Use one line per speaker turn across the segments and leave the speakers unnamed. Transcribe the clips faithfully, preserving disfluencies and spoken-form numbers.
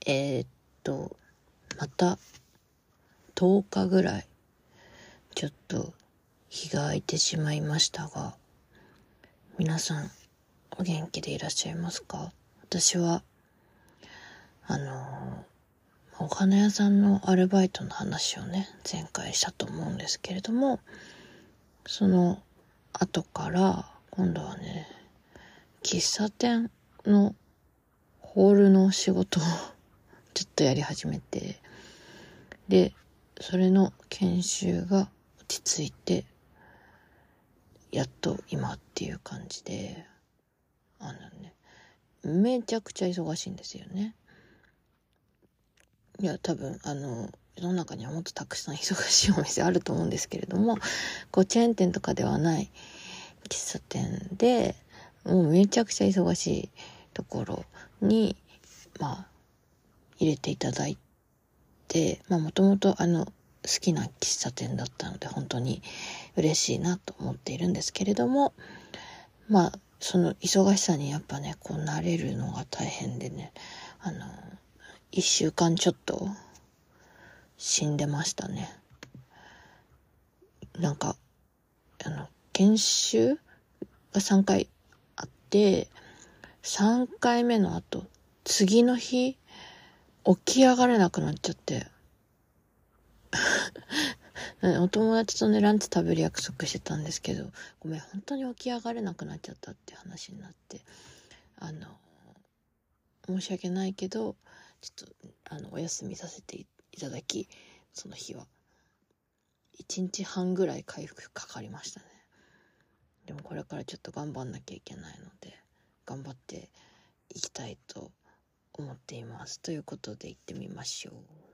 えー、っとまたとおかぐらいちょっと日が空いてしまいましたが、皆さんお元気でいらっしゃいますか？私はあのお花屋さんのアルバイトの話をね前回したと思うんですけれども、その後から今度はね喫茶店のホールの仕事をちょっとやり始めて、でそれの研修が落ち着いてやっと今っていう感じで、あのねめちゃくちゃ忙しいんですよね。いや多分あの世の中にはもっとたくさん忙しいお店あると思うんですけれども、こうチェーン店とかではない喫茶店でもうめちゃくちゃ忙しいところにまあ入れていただいて、まあもともとあの好きな喫茶店だったので本当に嬉しいなと思っているんですけれども、まあその忙しさにやっぱねこう慣れるのが大変でね、あの一週間ちょっと死んでましたね。なんかあの研修がさんかいあって、さんかいめの後次の日起き上がれなくなっちゃってお友達とねランチ食べる約束してたんですけど、ごめん本当に起き上がれなくなっちゃったって話になって、あの申し訳ないけどちょっとあのお休みさせていただき、その日はいちにちはんぐらい回復かかりましたね。でもこれからちょっと頑張んなきゃいけないので頑張っていきたいと思っています。ということで行ってみましょう。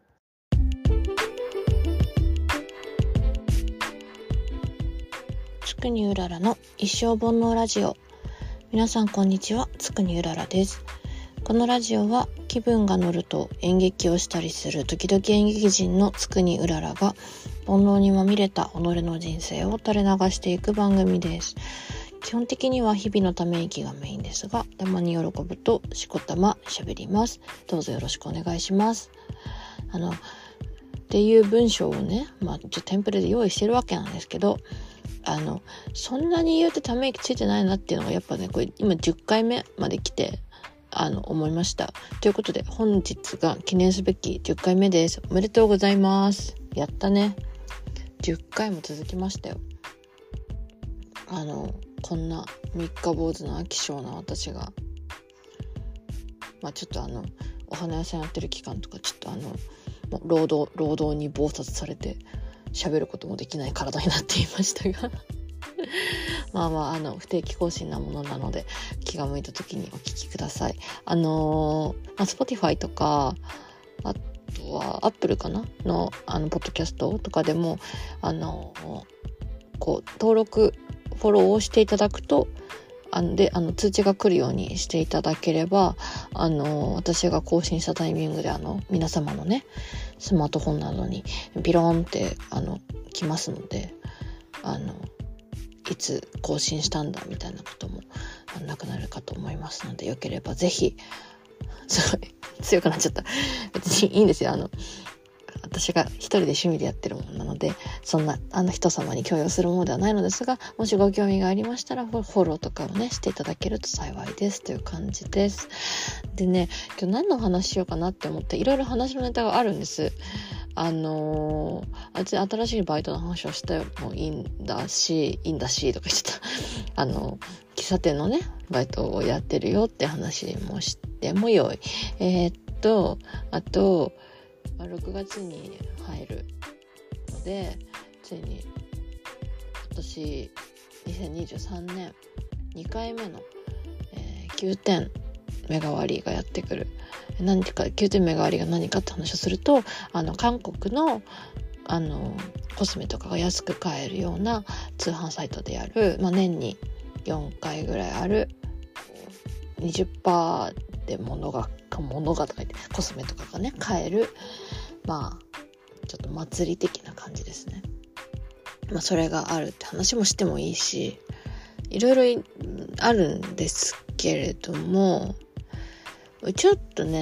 つくにうららの一生煩悩ラジオ。皆さんこんにちは、つくにうららです。このラジオは気分が乗ると演劇をしたりする時々演劇人のつくにうららが煩悩にまみれた己の人生を垂れ流していく番組です。基本的には日々のため息がメインですが、たまに喜ぶとしこたま喋ります。どうぞよろしくお願いします。あのっていう文章をね、まあちょっとテンプレで用意してるわけなんですけど、あのそんなに言うてため息ついてないなっていうのがやっぱね、これ今じゅっかいめまで来てあの思いました。ということで本日が記念すべきじゅっかいめです。おめでとうございます。やったね。じゅっかいも続きましたよ。あのこんな三日坊主の飽き性な私が、まあちょっとあのお花屋さんやってる期間とかちょっとあの労働労働に忙殺されて喋ることもできない体になっていましたがまあまああの不定期更新なものなので気が向いた時にお聞きください。あのー、まあ、Spotify とかあとは Apple かなのあのポッドキャストとかでもあのー、こう登録フォローをしていただくとあのであの通知が来るようにしていただければ、あの私が更新したタイミングであの皆様のねスマートフォンなどにビローンってあの来ますので、あのいつ更新したんだみたいなこともなくなるかと思いますので、よければぜひすごい強くなっちゃった別にいいんですよ。あの私が一人で趣味でやってるものなので、そんなあの人様に強要するものではないのですが、もしご興味がありましたらフォローとかをねしていただけると幸いですという感じです。でね、今日何の話しようかなって思っていろいろ話のネタがあるんです。あのー、あ新しいバイトの話をしたもいいんだしいいんだしとか言ってたあの喫茶店のねバイトをやってるよって話もしてもよい。えー、っとあとろくがつに入るので、ついに今年にせんにじゅうさんねんにかいめの、えー、きゅうてん目代わりがやってくる。何かきゅうてん目代わりが何かって話をすると、あの韓国のあのコスメとかが安く買えるような通販サイトでやる、まあ、年によんかいぐらいある にじゅっパーセント で物が物がとか言ってコスメとかがね買える、まあちょっと祭り的な感じですね。まあそれがあるって話もしてもいいし、いろいろあるんですけれども、ちょっとね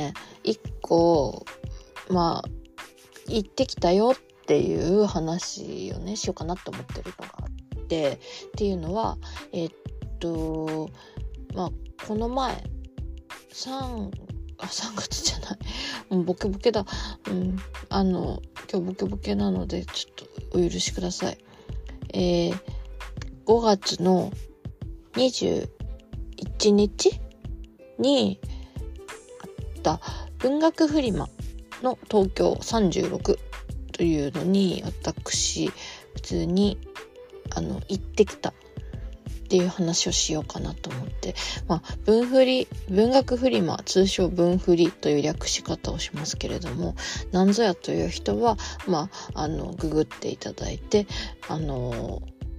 一個まあ行ってきたよっていう話をねしようかなと思ってるのがあって、っていうのはえっとまあこの前3あさんがつじゃないもうボケボケだ、うん、あの今日ボケボケなのでちょっとお許しください。えー、ごがつのにじゅういちにちにあった文学フリマの東京さんじゅうろくというのに私普通にあの行ってきたっていう話をしようかなと思って、まあ、文フリ文学フリマ通称文フリという略し方をしますけれども、なんぞやという人はまああのググっていただいてあの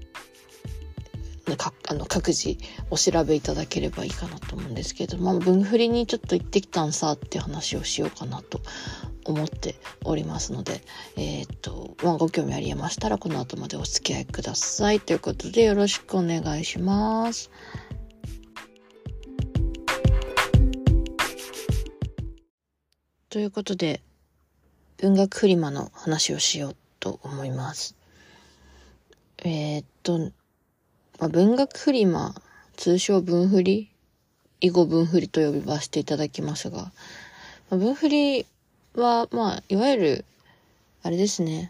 かあの各自お調べいただければいいかなと思うんですけど、まあ、文振りにちょっと行ってきたんさっていう話をしようかなと思っておりますので、えー、っと、まあ、ご興味ありましたらこの後までお付き合いくださいということでよろしくお願いします。ということで文学フリマの話をしようと思います。えー、っとまあ、文学フリマ、通称文フリ、以後文フリと呼びばせていただきますが、まあ、文フリは、まあ、いわゆる、あれですね。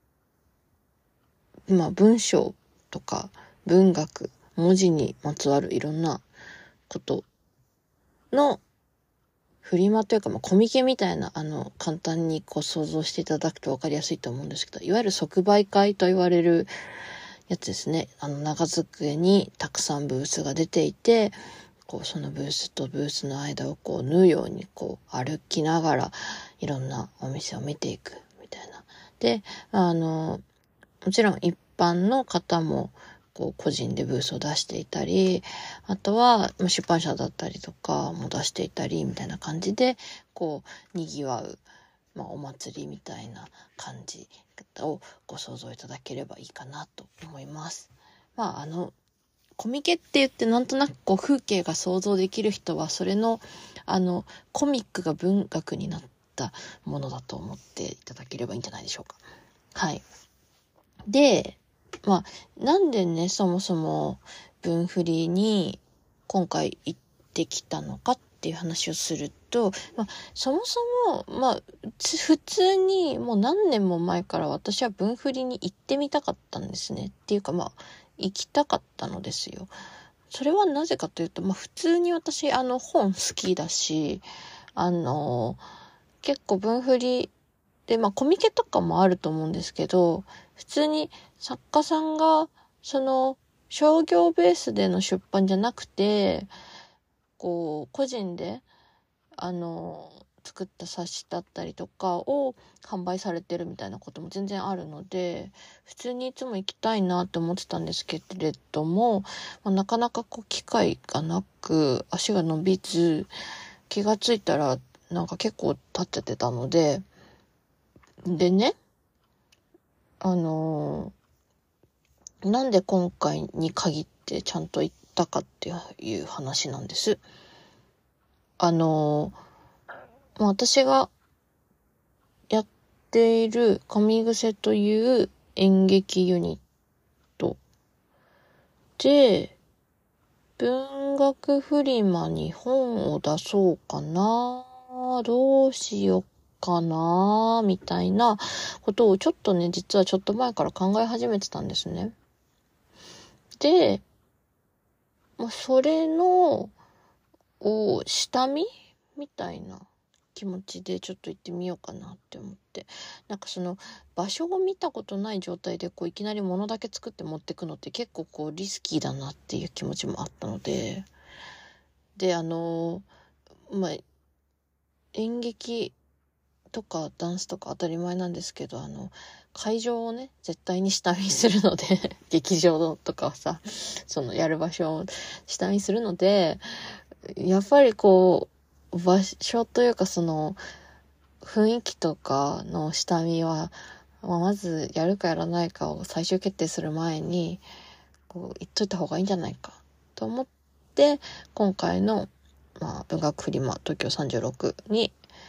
まあ、文章とか文学、文字にまつわるいろんなことのフリマというか、まあ、コミケみたいな、あの、簡単にこう想像していただくと分かりやすいと思うんですけど、いわゆる即売会と言われる、やつですね。あの長机にたくさんブースが出ていて、こうそのブースとブースの間をこう縫うようにこう歩きながらいろんなお店を見ていくみたいな。で、あのもちろん一般の方もこう個人でブースを出していたり、あとは出版社だったりとかも出していたりみたいな感じでこう賑わう。まあ、お祭りみたいな感じをご想像いただければいいかなと思います。まああのコミケって言ってなんとなくこう風景が想像できる人はそれのあのコミックが文学になったものだと思っていただければいいんじゃないでしょうか。はい。で、まあなんでねそもそも文振りに今回行ってきたのかっていう話をすると、まあ、そもそも、まあ、普通にもう何年も前から私は文振りに行ってみたかったんですね。っていうかまあ、行きたかったのですよ。それはなぜかというと、まあ普通に私、あの本好きだし、あの、結構文振りで、まあコミケとかもあると思うんですけど、普通に作家さんが、その、商業ベースでの出版じゃなくて、こう、個人で、あの、作った冊子だったりとかを販売されてるみたいなことも全然あるので、普通にいつも行きたいなって思ってたんですけれども、まあ、なかなかこう機会がなく、足が伸びず、気がついたらなんか結構経っててたので、でね、あのー、なんで今回に限ってちゃんと行ったかっていう話なんです。あのー、私がやっている神癖という演劇ユニットで、文学フリマに本を出そうかな、どうしようかな、みたいなことをちょっとね、実はちょっと前から考え始めてたんですね。で、まあ、それの、を、下見みたいな気持ちでちょっと行ってみようかなって思って、なんかその場所を見たことない状態でこういきなり物だけ作って持ってくのって結構こうリスキーだなっていう気持ちもあったので、であのまあ演劇とかダンスとか当たり前なんですけど、あの会場をね絶対に下見するので劇場とかはさ、そのやる場所を下見するので、やっぱりこう場所というかその雰囲気とかの下見は、まあ、まずやるかやらないかを最終決定する前にこう言っといた方がいいんじゃないかと思って、今回の、まあ、文学フリマ東京さんじゅうろくに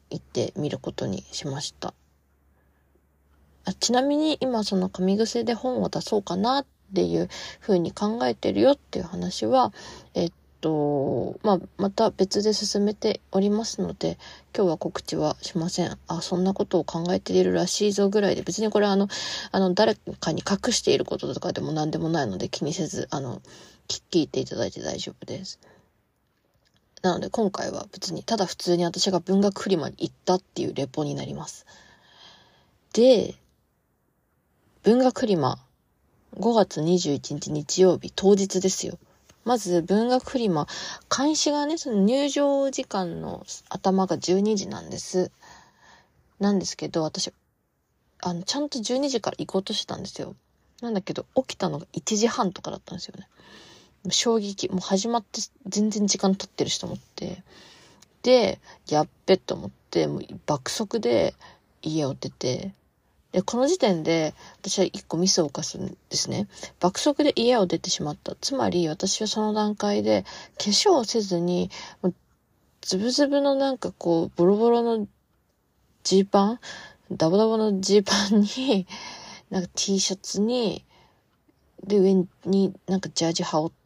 行ってみることにしました。あちなみに今その紙癖で本を出そうかなっていう風に考えてるよっていう話は、えっと、まあ、また別で進めておりますので、今日は告知はしません。あ、そんなことを考えているらしいぞぐらいで、別にこれはあの、あの、誰かに隠していることとかでも何でもないので気にせず、あの、聞いていただいて大丈夫です。なので今回は別にただ普通に私が文学フリマに行ったっていうレポになります。で、文学フリマごがつにじゅういちにち日曜日当日ですよ。まず文学フリマ開始がね、その入場時間の頭がじゅうにじなんです。なんですけど私あのちゃんとじゅうにじから行こうとしてたんですよ。なんだけど起きたのがいちじはんとかだったんですよね。衝撃、もう始まって全然時間経ってるしと思って。で、やっべと思って、もう爆速で家を出て、で、この時点で私は一個ミスを犯すんですね。爆速で家を出てしまった。つまり私はその段階で化粧をせずに、もうズブズブのなんかこう、ボロボロのジーパンダボダボのジーパンに、なんか T シャツに、で、上になんかジャージ羽織って、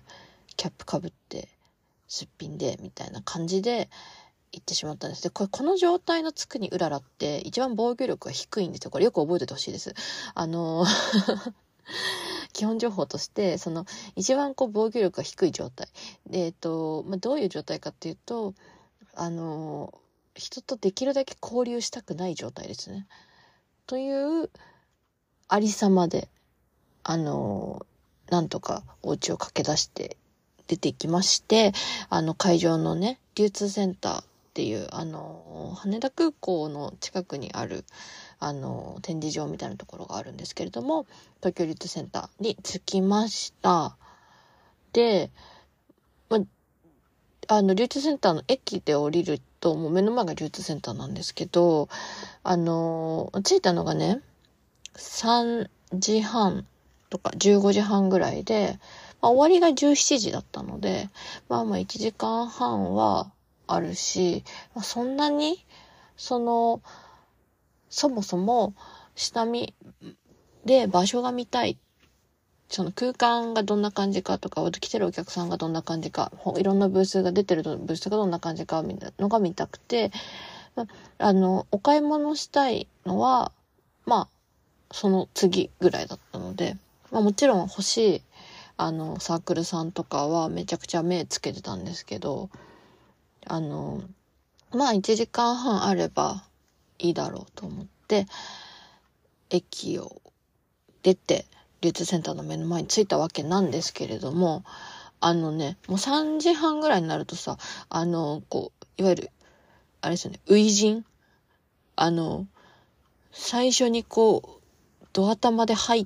キャップかぶって、すっぴんで、みたいな感じで行ってしまったんです。で、これ、この状態のつくにうららって、一番防御力が低いんですよ。これよく覚えててほしいです。あの、基本情報として、その、一番こう防御力が低い状態。で、えっと、まあ、どういう状態かっていうと、あの、人とできるだけ交流したくない状態ですね。というありさまで、あの、なんとかお家を駆け出して出てきまして、あの会場のね、流通センターっていう、あの、羽田空港の近くにある、あの、展示場みたいなところがあるんですけれども、東京流通センターに着きました。で、ま、あの、流通センターの駅で降りると、もう目の前が流通センターなんですけど、あの、着いたのがね、さんじはんとかじゅうごじはんぐらいで、まあ、終わりがじゅうしちじだったので、まあまあいちじかんはんはあるし、まあ、そんなに、その、そもそも下見で場所が見たい。その空間がどんな感じかとか、来てるお客さんがどんな感じか、いろんなブースが出てるブースがどんな感じかみたいなのが見たくて、まあ、あの、お買い物したいのは、まあ、その次ぐらいだったので、まあもちろん欲しい、あの、サークルさんとかはめちゃくちゃ目つけてたんですけど、あの、まあいちじかんはんあればいいだろうと思って、駅を出て、流通センターの目の前に着いたわけなんですけれども、あのね、もうさんじはんぐらいになるとさ、あの、こう、いわゆる、あれですよね、初陣あの、最初にこう、ドア玉で入って、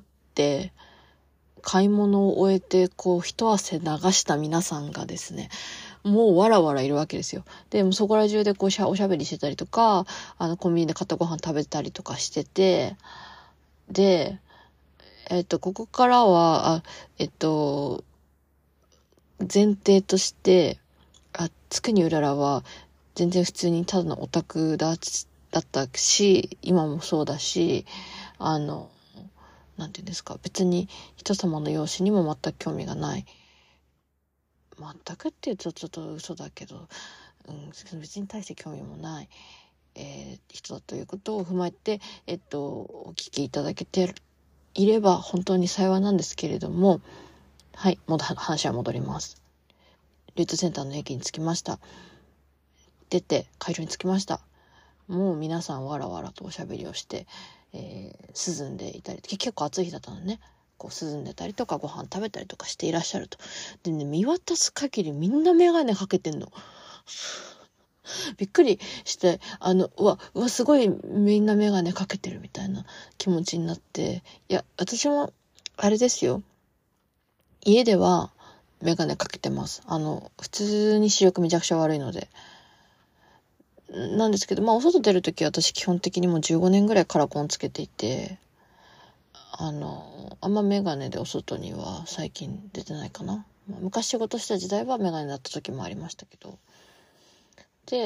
買い物を終えて、こう、一汗流した皆さんがですね、もうわらわらいるわけですよ。で、もうそこら中でこうしゃ、おしゃべりしてたりとか、あの、コンビニで買ったご飯食べたりとかしてて、で、えっと、ここからは、あ、えっと、前提として、あ、つくにうららは、全然普通にただのオタクだ、だったし、今もそうだし、あの、なんていうんですか、別に人様の容姿にも全く興味がない。全くって言うとちょっと嘘だけど、うん、別に大して興味もない、えー、人だということを踏まえて、えっと、お聞きいただけていれば本当に幸いなんですけれども、はい、もう話は戻ります。流通センターの駅に着きました。出て会場に着きました。もう皆さんわらわらとおしゃべりをして、えー、涼んでいたり、結構暑い日だったのね、こう涼んでたりとかご飯食べたりとかしていらっしゃると。でね、見渡す限りみんなメガネかけてんの。びっくりして、あの、うわ、うわ、すごいみんなメガネかけてるみたいな気持ちになって、いや、私も、あれですよ。家ではメガネかけてます。あの、普通に視力めちゃくちゃ悪いので。なんですけど、まあ、お外出るときは私基本的にもうじゅうごねんぐらいカラコンつけていて、あの、あんまメガネでお外には最近出てないかな。昔仕事した時代はメガネだった時もありましたけど。で、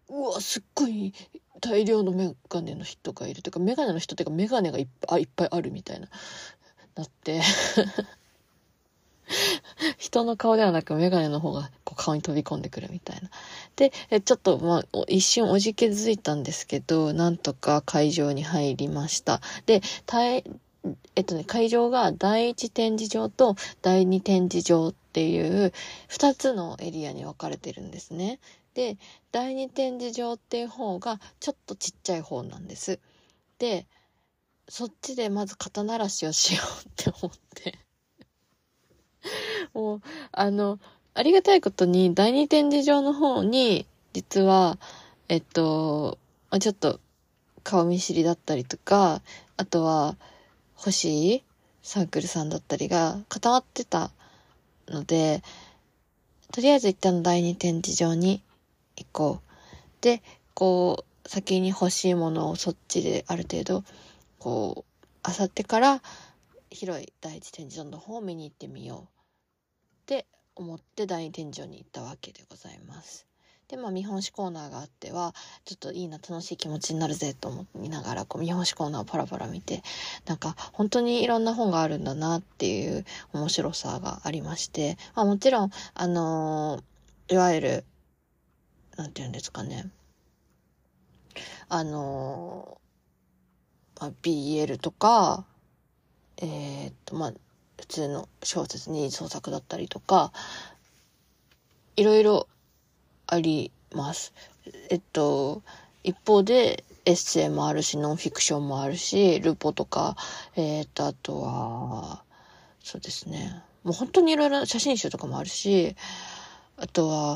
うわ、すっごい大量のメガネの人がいるというか、メガネの人っていうか、メガネがいっぱい、いっぱいあるみたいな、なって、人の顔ではなくメガネの方がこう顔に飛び込んでくるみたいな。で、えちょっとまあ一瞬おじけづいたんですけど、なんとか会場に入りました。で、えっとね、会場が第一展示場と第二展示場っていう二つのエリアに分かれてるんですね。で、第二展示場っていう方がちょっとちっちゃい方なんです。で、そっちでまず肩慣らしをしようって思って。もう、あの、ありがたいことに第二展示場の方に、実は、えっと、ちょっと顔見知りだったりとか、あとは欲しいサークルさんだったりが固まってたので、とりあえず一旦第二展示場に行こう。で、こう、先に欲しいものをそっちである程度、こう、漁ってから広い第一展示場の方を見に行ってみようって思って第二展示場に行ったわけでございます。で、まあ見本紙コーナーがあっては、ちょっといいな、楽しい気持ちになるぜと思いながら、こう見本紙コーナーをパラパラ見て、なんか本当にいろんな本があるんだなっていう面白さがありまして、まあもちろん、あのー、いわゆる、なんていうんですかね、あのー、まあ、ビーエル とか、えー、っと、まあ、普通の小説に創作だったりとか、いろいろあります。えっと、一方でエッセイもあるし、ノンフィクションもあるし、ルポとか、えー、っと、あとは、そうですね。もう本当にいろいろ写真集とかもあるし、あとは、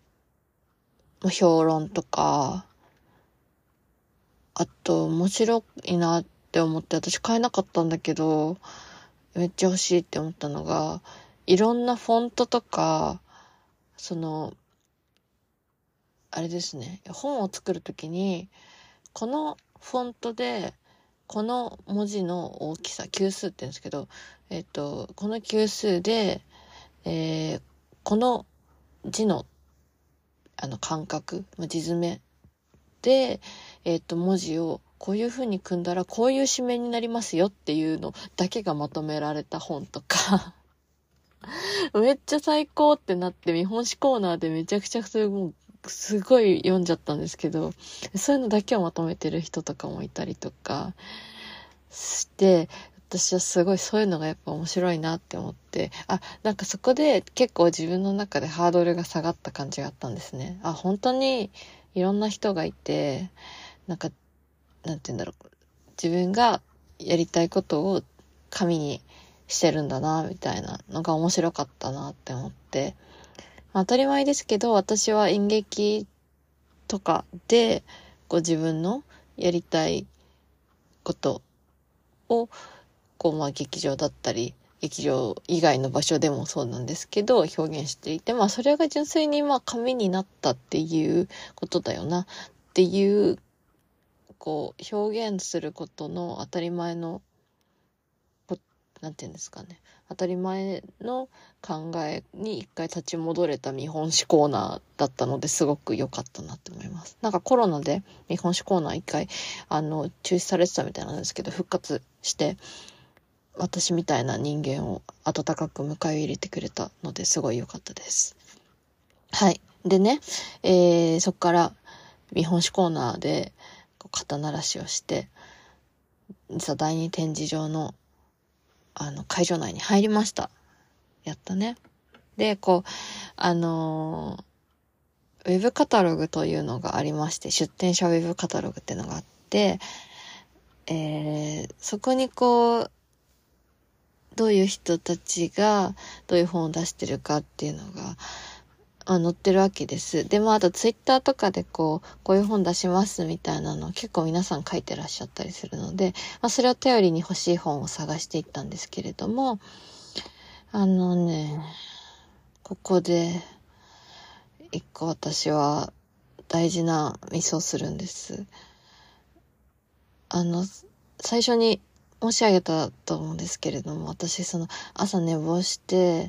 評論とか、あと、面白いなって思って、私買えなかったんだけど、めっちゃ欲しいって思ったのが、いろんなフォントとか、その、あれですね、本を作るときに、このフォントで、この文字の大きさ、級数って言うんですけど、えっと、この級数で、えー、この字の、あの、間隔、字詰めで、えっと、文字をこういう風に組んだらこういう紙面になりますよっていうのだけがまとめられた本とかめっちゃ最高ってなって見本紙コーナーでめちゃくちゃそれもうすごい読んじゃったんですけど、そういうのだけをまとめてる人とかもいたりとかして、私はすごいそういうのがやっぱ面白いなって思って、あ、なんかそこで結構自分の中でハードルが下がった感じがあったんですね。あ、本当にいろんな人がいて、なんか、なんて言うんだろう、自分がやりたいことを紙にしてるんだな、みたいなのが面白かったなって思って、まあ、当たり前ですけど、私は演劇とかで、こう自分のやりたいことを、こうまあ劇場だったり、劇場以外の場所でもそうなんですけど、表現していて、まあそれが純粋にまあ紙になったっていうことだよなっていう、こう表現することの当たり前の、なんていうんですかね。当たり前の考えに一回立ち戻れた見本紙コーナーだったのですごく良かったなって思います。なんかコロナで見本紙コーナー一回あの中止されてたみたいなんですけど、復活して私みたいな人間を温かく迎え入れてくれたのですごい良かったです。はい。でね、えー、そっから見本紙コーナーでこう肩慣らしをして、実は第二展示場のあの、会場内に入りました。やったね。で、こう、あのー、ウェブカタログというのがありまして、出展者ウェブカタログっていうのがあって、えー、そこにこう、どういう人たちがどういう本を出してるかっていうのが、まあ、載ってるわけです。で、まあ、あとツイッターとかでこう、こういう本出しますみたいなのを結構皆さん書いてらっしゃったりするので、まあ、それを頼りに欲しい本を探していったんですけれども、あのね、ここで、一個私は大事なミスをするんです。あの、最初に申し上げたと思うんですけれども、私その朝寝坊して、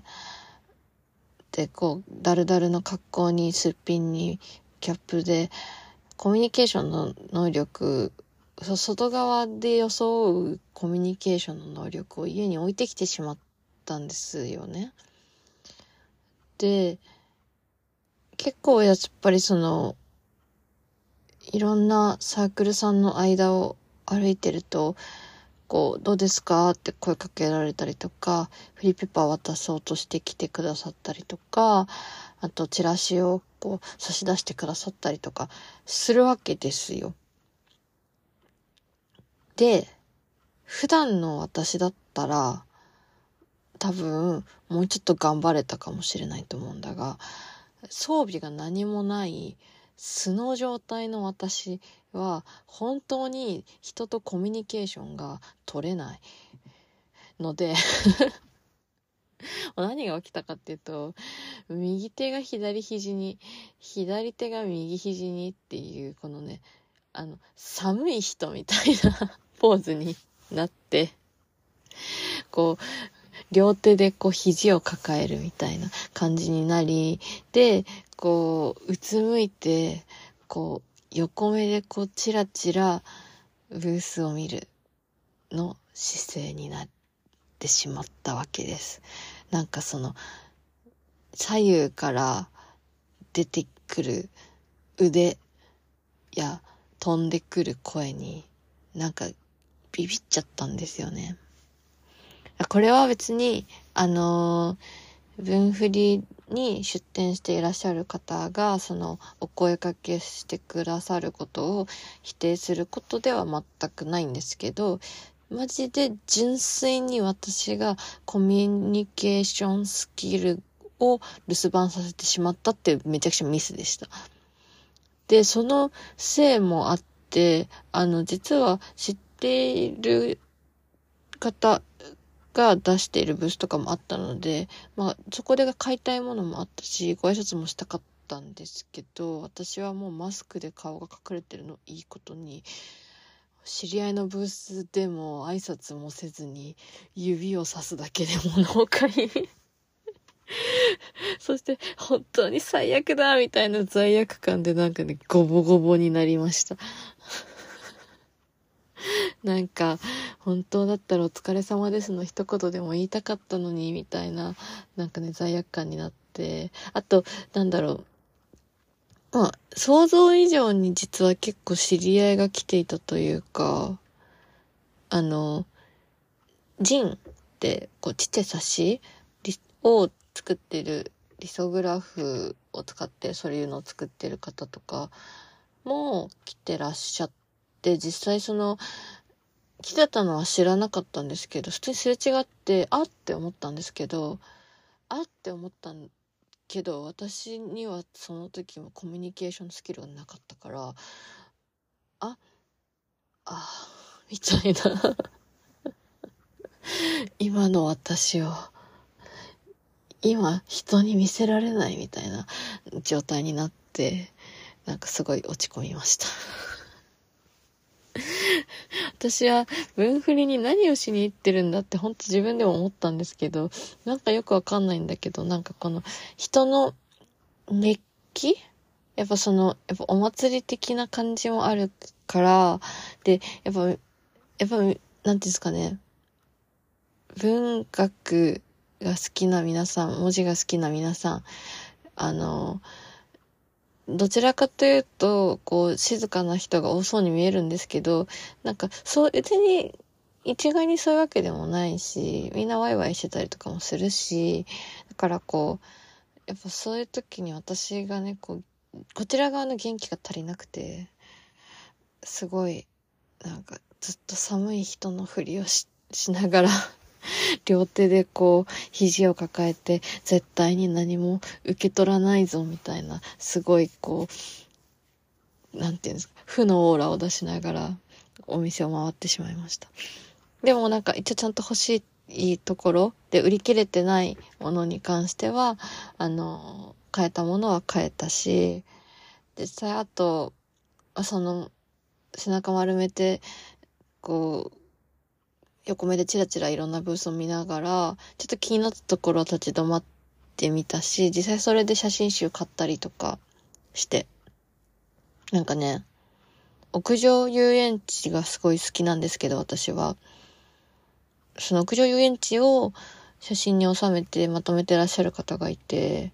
で、こう、ダルダルの格好にすっぴんにキャップで、 コミュニケーションの能力、外側で装うコミュニケーションの能力を家に置いてきてしまったんですよね。で、結構やっぱりその、いろんなサークルさんの間を歩いてると、こう、どうですかって声かけられたりとか、フリーペーパー渡そうとしてきてくださったりとか、あとチラシをこう差し出してくださったりとかするわけですよ。で、普段の私だったら、多分もうちょっと頑張れたかもしれないと思うんだが、装備が何もない素の状態の私は本当に人とコミュニケーションが取れないので何が起きたかっていうと、右手が左肘に、左手が右肘にっていう、このね、あの、寒い人みたいなポーズになって、こう、両手でこう肘を抱えるみたいな感じになり、で、こう、うつむいて、こう、横目でこう、チラチラブースを見るの姿勢になってしまったわけです。なんかその、左右から出てくる腕や飛んでくる声になんかビビっちゃったんですよね。これは別に、あのー、文振りに出展していらっしゃる方が、その、お声かけしてくださることを否定することでは全くないんですけど、マジで純粋に私がコミュニケーションスキルを留守番させてしまったってめちゃくちゃミスでした。で、そのせいもあって、あの、実は知っている方が出しているブースとかもあったので、まあ、そこで買いたいものもあったし、ご挨拶もしたかったんですけど、私はもうマスクで顔が隠れてるのいいことに、知り合いのブースでも挨拶もせずに指をさすだけで物を買いそして本当に最悪だみたいな罪悪感でなんかねゴボゴボになりましたなんか本当だったらお疲れ様ですの一言でも言いたかったのにみたいななんかね罪悪感になって、あとなんだろう、まあ、想像以上に実は結構知り合いが来ていたというか、あの、ジンってこうちっちゃい冊子を作ってるリソグラフを使ってそういうのを作ってる方とかも来てらっしゃって、実際その来てたのは知らなかったんですけど、普通にすれ違ってあって思ったんですけど、あって思ったんけど私にはその時もコミュニケーションスキルがなかったから、ああみたいな今の私を今人に見せられないみたいな状態になって、なんかすごい落ち込みました私は文振りに何をしに行ってるんだって本当自分でも思ったんですけど、なんかよくわかんないんだけど、なんかこの人の熱気、やっぱそのやっぱお祭り的な感じもあるから、でやっぱやっぱなんていうんですかね、文学が好きな皆さん、文字が好きな皆さん、あのどちらかというとこう静かな人が多そうに見えるんですけど、なんかそう別に一概にそういうわけでもないし、みんなワイワイしてたりとかもするし、だからこうやっぱそういう時に私がねこうこちら側の元気が足りなくて、すごいなんかずっと寒い人のふりを し, しながら両手でこう肘を抱えて絶対に何も受け取らないぞみたいな、すごいこうなんていうんですか、負のオーラを出しながらお店を回ってしまいました。でもなんか一応ちゃんと欲しいところで売り切れてないものに関してはあの買えたものは買えたし、実際あとその背中丸めてこう横目でチラチラいろんなブースを見ながらちょっと気になったところを立ち止まってみたし、実際それで写真集買ったりとかして、なんかね屋上遊園地がすごい好きなんですけど、私は。その屋上遊園地を写真に収めてまとめてらっしゃる方がいて、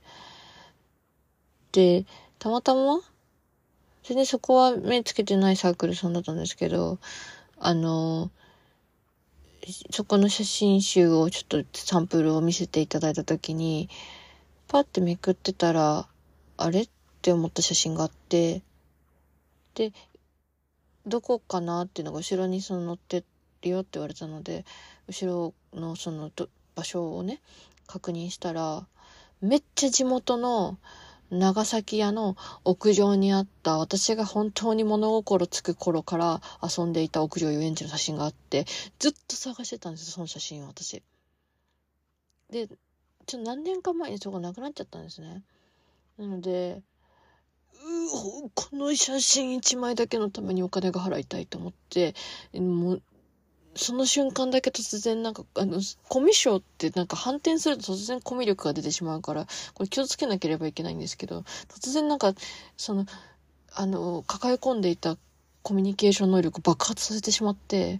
で、たまたま、全然そこは目つけてないサークルさんだったんですけど、あの、そこの写真集をちょっとサンプルを見せていただいたときに、パッてめくってたら、あれって思った写真があって、で、どこかなっていうのが後ろにその載ってるよって言われたので、後ろのその場所をね、確認したら、めっちゃ地元の長崎屋の屋上にあった私が本当に物心つく頃から遊んでいた屋上遊園地の写真があって、ずっと探してたんですよ、その写真を私。で、ちょっと何年か前にそこなくなっちゃったんですね。なので、うーこの写真一枚だけのためにお金が払いたいと思って、もう、その瞬間だけ突然なんか、あの、コミュ障ってなんか反転すると突然コミュ力が出てしまうから、これ気をつけなければいけないんですけど、突然なんか、その、あの、抱え込んでいたコミュニケーション能力を爆発させてしまって、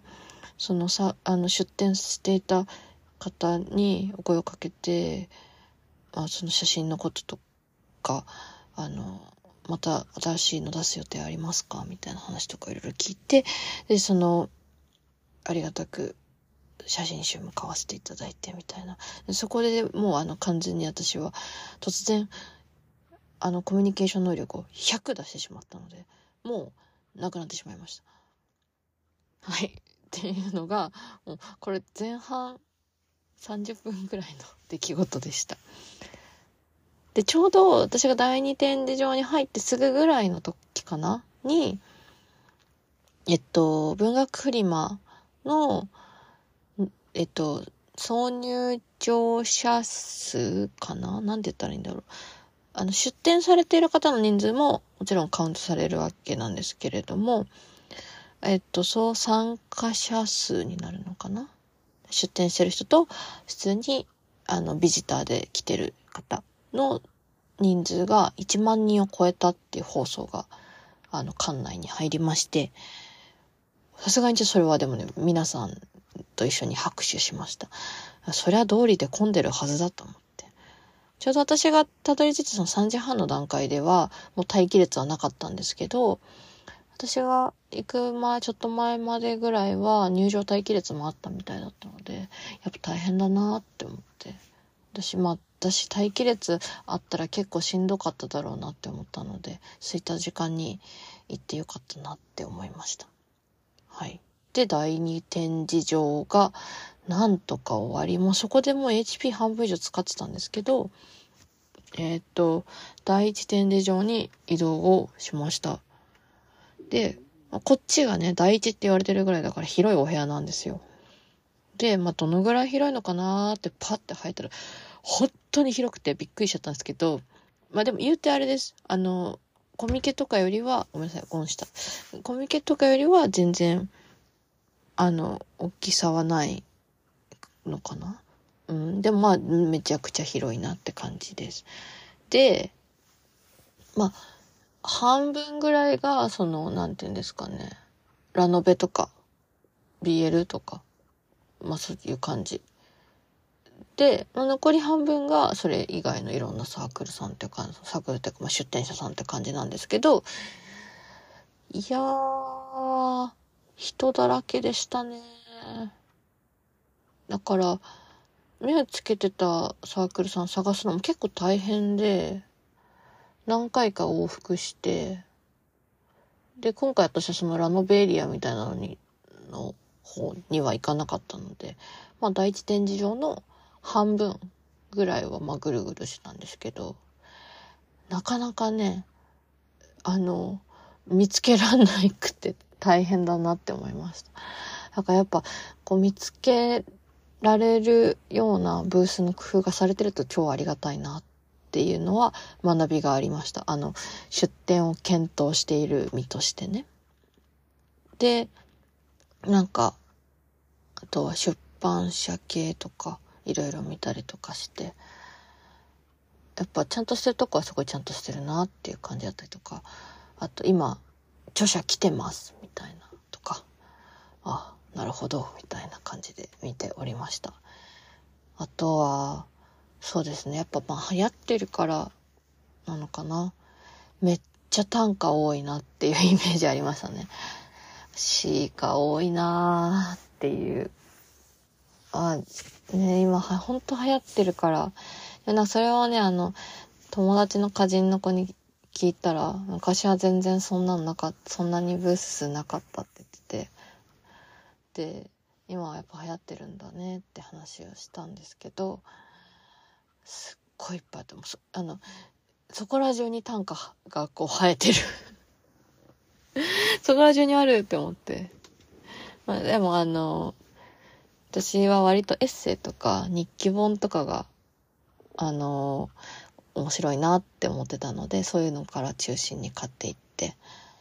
そのさ、あの、出展していた方にお声をかけて、まあ、その写真のこととか、あの、また新しいの出す予定ありますかみたいな話とかいろいろ聞いて、で、その、ありがたく写真集も買わせていただいてみたいな。そこでもうあの完全に私は突然あのコミュニケーション能力をひゃく出してしまったので、もうなくなってしまいました。はい。っていうのが、もうこれ前半さんじゅっぷんくらいの出来事でした。で、ちょうど私が第二展示場に入ってすぐぐらいの時かなに、えっと、文学フリマの、えっと、総入場者数かななんて言ったらいいんだろう。あの、出展されている方の人数ももちろんカウントされるわけなんですけれども、えっと、総参加者数になるのかな出展してる人と、普通に、あの、ビジターで来てる方の人数がいちまん人を超えたっていう放送が、あの、館内に入りまして、さすがにそれはでもね、皆さんと一緒に拍手しました。そりゃ通りで混んでるはずだと思って。ちょうど私がたどり着いたそのさんじはんの段階では、もう待機列はなかったんですけど、私が行く前、ちょっと前までぐらいは入場待機列もあったみたいだったので、やっぱ大変だなって思って。私、まあ、私待機列あったら結構しんどかっただろうなって思ったので、空いた時間に行ってよかったなって思いました。はい。で、第二展示場がなんとか終わり、もうそこでもう エイチピー 半分以上使ってたんですけど、えー、っと、第一展示場に移動をしました。で、こっちがね、第一って言われてるぐらいだから広いお部屋なんですよ。で、まあ、どのぐらい広いのかなーってパッて入ったら、本当に広くてびっくりしちゃったんですけど、まあでも言うてあれです。あの、コミケとかよりは、ごめんなさい、ゴンした。コミケとかよりは全然、あの、大きさはないのかな。うん、でもまあ、めちゃくちゃ広いなって感じです。で、まあ、半分ぐらいが、その、なんていうんですかね、ラノベとか、ビーエル とか、まあそういう感じ。で、残り半分がそれ以外のいろんなサークルさんっていうか、サークルっていうか、まあ、出展者さんって感じなんですけど、いやー、人だらけでしたね。だから、目をつけてたサークルさん探すのも結構大変で、何回か往復して、で、今回私はそのラノベエリアみたいなのに、の方には行かなかったので、まあ第一展示場の半分ぐらいはまあぐるぐるしたんですけど、なかなかね、あの、見つけらんなくて大変だなって思いました。だからやっぱ、こう見つけられるようなブースの工夫がされてると超ありがたいなっていうのは学びがありました。あの、出展を検討している身としてね。で、なんか、あとは出版社系とかいろいろ見たりとかして、やっぱちゃんとしてるとこはすごいちゃんとしてるなっていう感じだったりとか、あと今著者来てますみたいなとか、あ、なるほどみたいな感じで見ておりました。あとはそうですね、やっぱまあ流行ってるからなのかな、めっちゃ単価多いなっていうイメージありましたね。詩が多いなーっていう、あね、今は本当流行ってるから。でなんかそれはね、あの友達の歌人の子に聞いたら、昔は全然そんなのなかった、そんなにブース数なかったって言ってて、で今はやっぱ流行ってるんだねって話をしたんですけど、すっごいいっぱいあって、もあのそこら中に短歌がこう生えてるそこら中にあるって思って、まあ、でもあの私は割とエッセイとか日記本とかがあの面白いなって思ってたので、そういうのから中心に買っていって、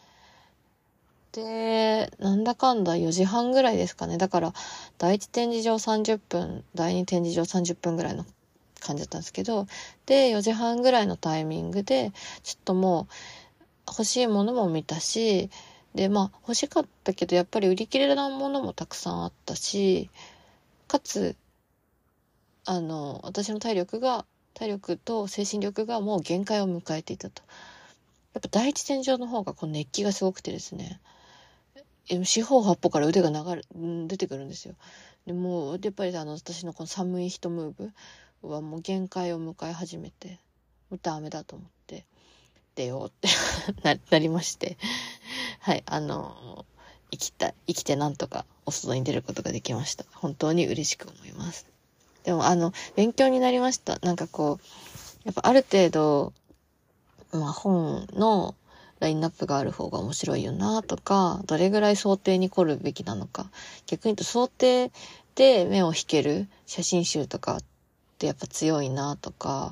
でなんだかんだよじはんぐらいですかね。だからだいいち展示場さんじゅっぷん、だいに展示場さんじゅっぷんぐらいの感じだったんですけど、でよじはんぐらいのタイミングでちょっともう欲しいものも見たし、でまあ欲しかったけどやっぱり売り切れなものもたくさんあったし、かつあの私の体力が体力と精神力がもう限界を迎えていたと。やっぱ第一展示場の方がこう熱気がすごくてですね、四方八方から腕が流れ出てくるんですよ。でもうやっぱりあの私のこの寒い人ムーブはもう限界を迎え始めて、もうダメだと思って出ようってな, なりましてはいあの生きた生きてなんとかお外に出ることができました。本当に嬉しく思います。でもあの勉強になりました。なんかこうやっぱある程度、まあ、本のラインナップがある方が面白いよなとか、どれぐらい想定に凝るべきなのか、逆に言うと想定で目を引ける写真集とかってやっぱ強いなとか、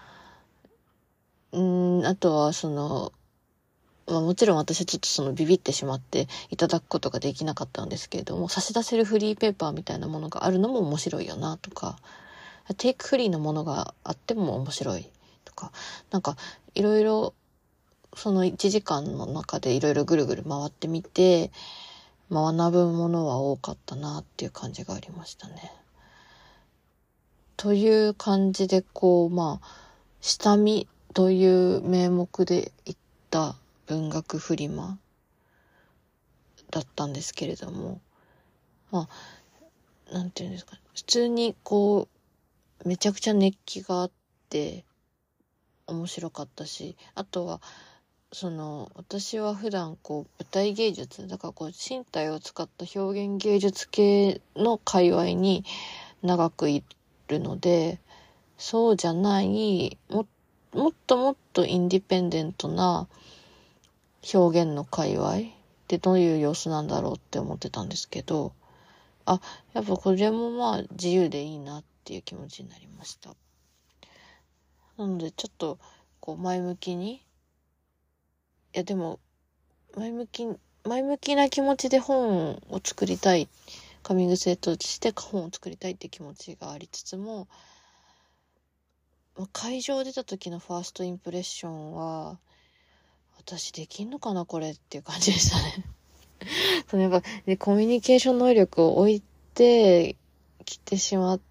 うーんあとはその、まあ、もちろん私はちょっとそのビビってしまっていただくことができなかったんですけれども、差し出せるフリーペーパーみたいなものがあるのも面白いよなとか、テイクフリーのものがあっても面白いとか、なんかいろいろそのいちじかんの中でいろいろぐるぐる回ってみて、まあ、学ぶものは多かったなっていう感じがありましたね。という感じでこうまあ下見という名目で行った文学フリマだったんですけれども、まあなんていうんですか、普通にこうめちゃくちゃ熱気があって面白かったし、あとはその私は普段こう舞台芸術だからこう身体を使った表現芸術系の界隈に長くいるので、そうじゃないも、もっともっとインディペンデントな表現の界隈ってどういう様子なんだろうって思ってたんですけど、あ、やっぱこれもまあ自由でいいなっていう気持ちになりました。なのでちょっとこう前向きに、いやでも前向き前向きな気持ちで本を作りたい、カミング生徒として本を作りたいって気持ちがありつつも、会場出た時のファーストインプレッションは私できんのかなこれっていう感じでしたねそのやっぱでコミュニケーション能力を置いてきてしまって、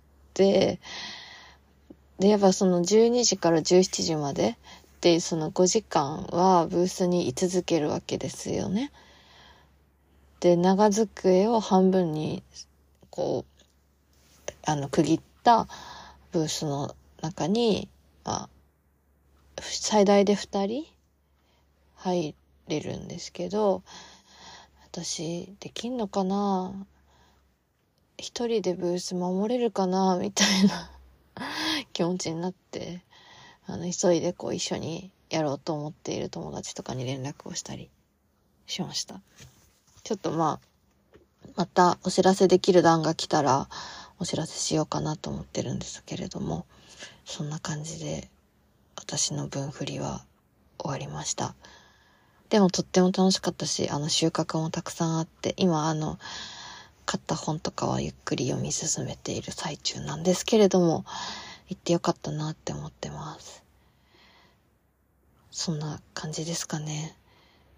でやっぱそのじゅうにじからじゅうしちじまででそのごじかんはブースに居続けるわけですよね。で長机を半分にこうあの区切ったブースの中に、まあ、最大でふたり入れるんですけど、私できんのかな、一人でブース守れるかなみたいな気持ちになって、あの急いでこう一緒にやろうと思っている友達とかに連絡をしたりしました。ちょっとまあまたお知らせできる段が来たらお知らせしようかなと思ってるんですけれども、そんな感じで私の文振りは終わりました。でもとっても楽しかったし、あの収穫もたくさんあって、今あの買った本とかはゆっくり読み進めている最中なんですけれども、行ってよかったなって思ってます。そんな感じですかね。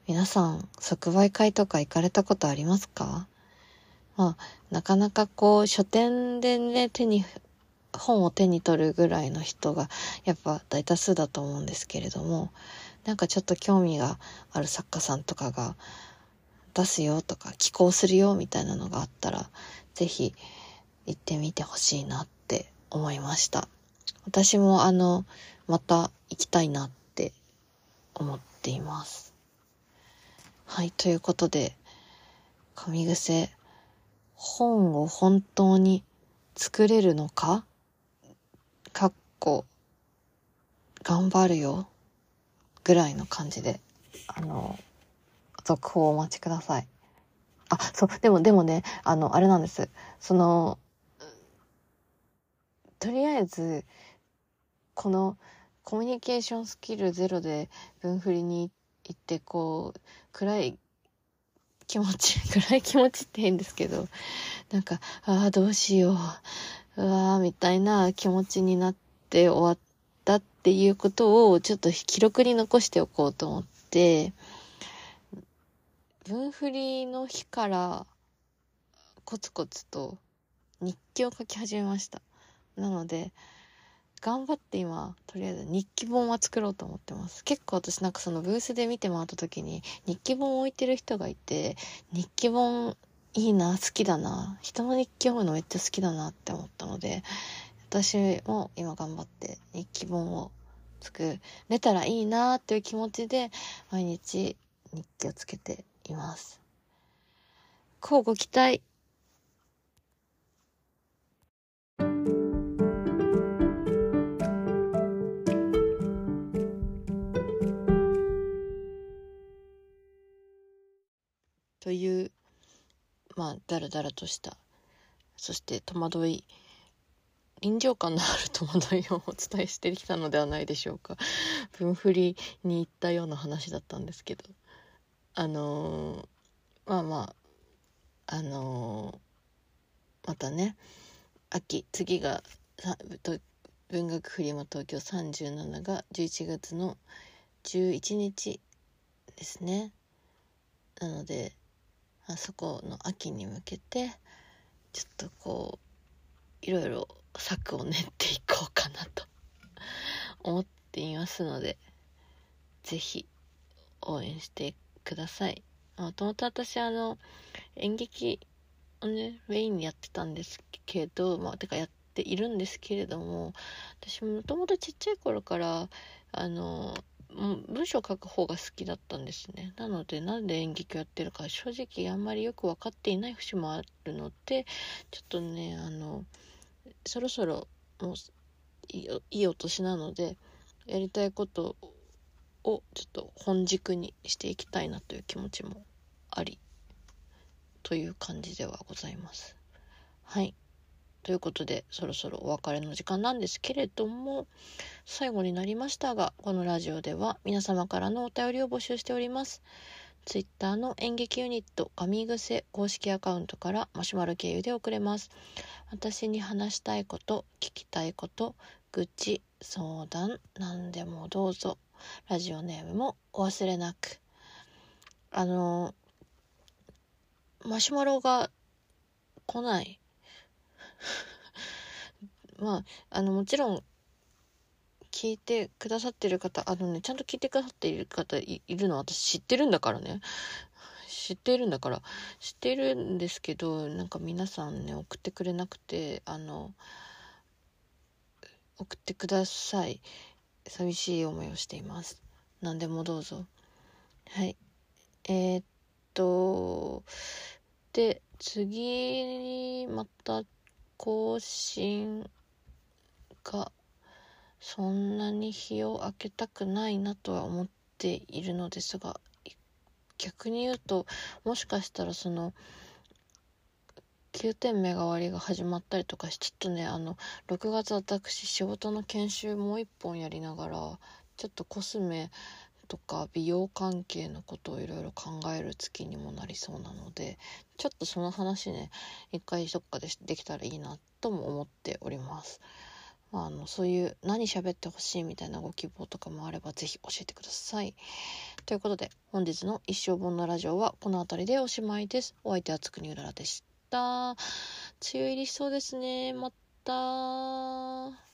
皆さん即売会とか行かれたことありますか？まあなかなかこう書店でね手に本を手に取るぐらいの人がやっぱ大多数だと思うんですけれども、なんかちょっと興味がある作家さんとかが出すよとか寄稿するよみたいなのがあったら、ぜひ行ってみてほしいなって思いました。私もあのまた行きたいなって思っています。はい、ということで、神癖、本を本当に作れるのか？かっこ頑張るよぐらいの感じで、あの続報をお待ちください。あ、そう、でもでもね、あのあれなんです。そのとりあえずこのコミュニケーションスキルゼロで文振りに行ってこう暗い気持ち暗い気持ちって変ですけど、なんかああどうしよううわーみたいな気持ちになって終わったっていうことをちょっと記録に残しておこうと思って、文振りの日からコツコツと日記を書き始めました。なので頑張って今とりあえず日記本は作ろうと思ってます。結構私なんかそのブースで見て回った時に日記本を置いてる人がいて、日記本いいな、好きだな、人の日記を読むのめっちゃ好きだなって思ったので、私も今頑張って日記本を作れたらいいなっていう気持ちで毎日日記をつけています。乞うご期待。というまあだらだらとした、そして戸惑い、臨場感のある戸惑いをお伝えしてきたのではないでしょうか。文振りに行ったような話だったんですけど、あのー、まあまああのー、またね、秋、次が文学フリマ東京さんじゅうなながじゅういちがつのじゅういちにちですね。なのであそこの秋に向けてちょっとこういろいろ策を練っていこうかなと思っていますので、ぜひ応援してください。もともと私あの演劇をねメインにやってたんですけど、まあてかやっているんですけれども、私もともとちっちゃい頃からあの文章を書く方が好きだったんですね。なのでなんで演劇をやってるか正直あんまりよく分かっていない節もあるので、ちょっとねあのそろそろもういい、いいお年なのでやりたいことをちょっと本軸にしていきたいなという気持ちもありという感じではございます。はい、ということでそろそろお別れの時間なんですけれども、最後になりましたが、このラジオでは皆様からのお便りを募集しております。ツイッターの演劇ユニット神癖公式アカウントからマシュマロ経由で送れます。私に話したいこと、聞きたいこと、愚痴、相談、何でもどうぞ。ラジオネームもお忘れなく。あのマシュマロが来ないまああのもちろん聞いてくださってる方、あのねちゃんと聞いてくださっている方 い, いるのは私知ってるんだからね知っているんだから知っているんですけど、なんか皆さんね送ってくれなくて、あの送ってください。寂しい思いをしています。何でもどうぞ。はい、えー、っとで次にまた更新がそんなに日を空けたくないなとは思っているのですが、逆に言うともしかしたらそのきゅうてんメガ割が始まったりとかし、ちょっとねあのろくがつ私仕事の研修もう一本やりながらちょっとコスメとか美容関係のことをいろいろ考える月にもなりそうなので、ちょっとその話ね一回どっかでできたらいいなとも思っております。 あの、そういう何喋ってほしいみたいなご希望とかもあればぜひ教えてください。ということで、本日の一生本のラジオはこの辺りでおしまいです。お相手はつくにうららでした。梅雨入りしそうですね。また。